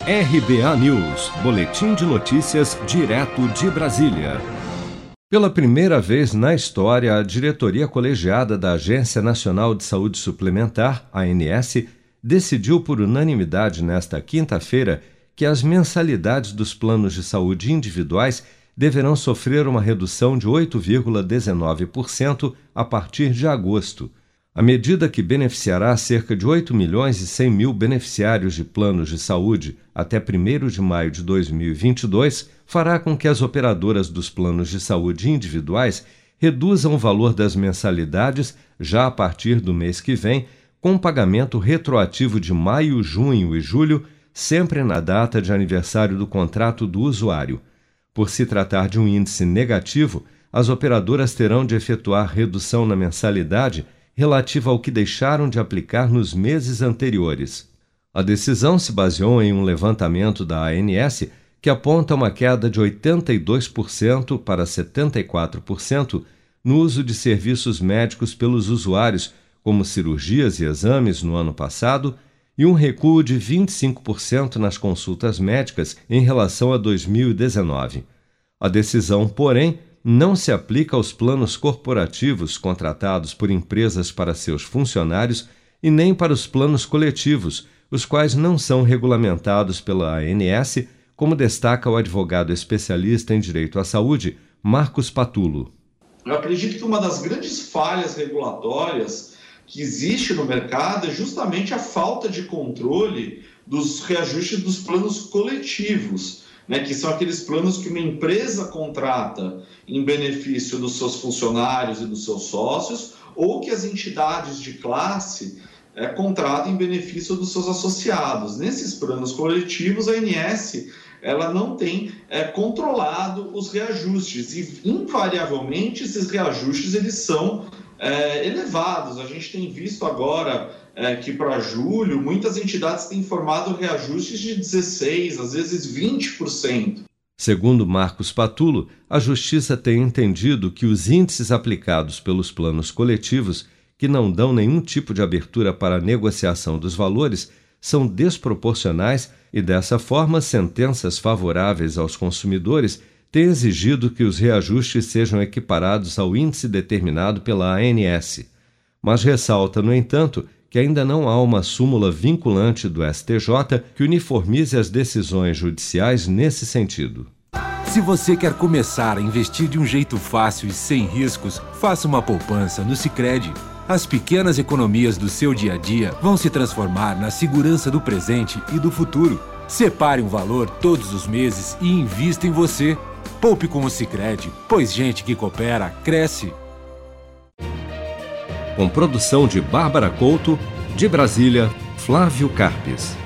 RBA News, boletim de notícias direto de Brasília. Pela primeira vez na história, a diretoria colegiada da Agência Nacional de Saúde Suplementar, ANS, decidiu por unanimidade nesta quinta-feira que as mensalidades dos planos de saúde individuais deverão sofrer uma redução de 8,19% a partir de agosto. A medida, que beneficiará cerca de 8.100.000 beneficiários de planos de saúde até 1º de maio de 2022, fará com que as operadoras dos planos de saúde individuais reduzam o valor das mensalidades já a partir do mês que vem, com pagamento retroativo de maio, junho e julho, sempre na data de aniversário do contrato do usuário. Por se tratar de um índice negativo, as operadoras terão de efetuar redução na mensalidade relativa ao que deixaram de aplicar nos meses anteriores. A decisão se baseou em um levantamento da ANS que aponta uma queda de 82% para 74% no uso de serviços médicos pelos usuários, como cirurgias e exames no ano passado, e um recuo de 25% nas consultas médicas em relação a 2019. A decisão, porém, não se aplica aos planos corporativos contratados por empresas para seus funcionários e nem para os planos coletivos, os quais não são regulamentados pela ANS, como destaca o advogado especialista em direito à saúde, Marcos Patulo. Eu acredito que uma das grandes falhas regulatórias que existe no mercado é justamente a falta de controle dos reajustes dos planos coletivos, que são aqueles planos que uma empresa contrata em benefício dos seus funcionários e dos seus sócios, ou que as entidades de classe contratam em benefício dos seus associados. Nesses planos coletivos, a ANS ela não tem controlado os reajustes e, invariavelmente, esses reajustes eles são elevados. A gente tem visto agora que para julho muitas entidades têm informado reajustes de 16%, às vezes 20%. Segundo Marcos Patulo, a Justiça tem entendido que os índices aplicados pelos planos coletivos, que não dão nenhum tipo de abertura para a negociação dos valores, são desproporcionais e, dessa forma, sentenças favoráveis aos consumidores têm exigido que os reajustes sejam equiparados ao índice determinado pela ANS. Mas ressalta, no entanto, que ainda não há uma súmula vinculante do STJ que uniformize as decisões judiciais nesse sentido. Se você quer começar a investir de um jeito fácil e sem riscos, faça uma poupança no Sicredi. As pequenas economias do seu dia a dia vão se transformar na segurança do presente e do futuro. Separe um valor todos os meses e invista em você. Poupe com o Sicredi, pois gente que coopera, cresce. Com produção de Bárbara Couto, de Brasília, Flávio Carpes.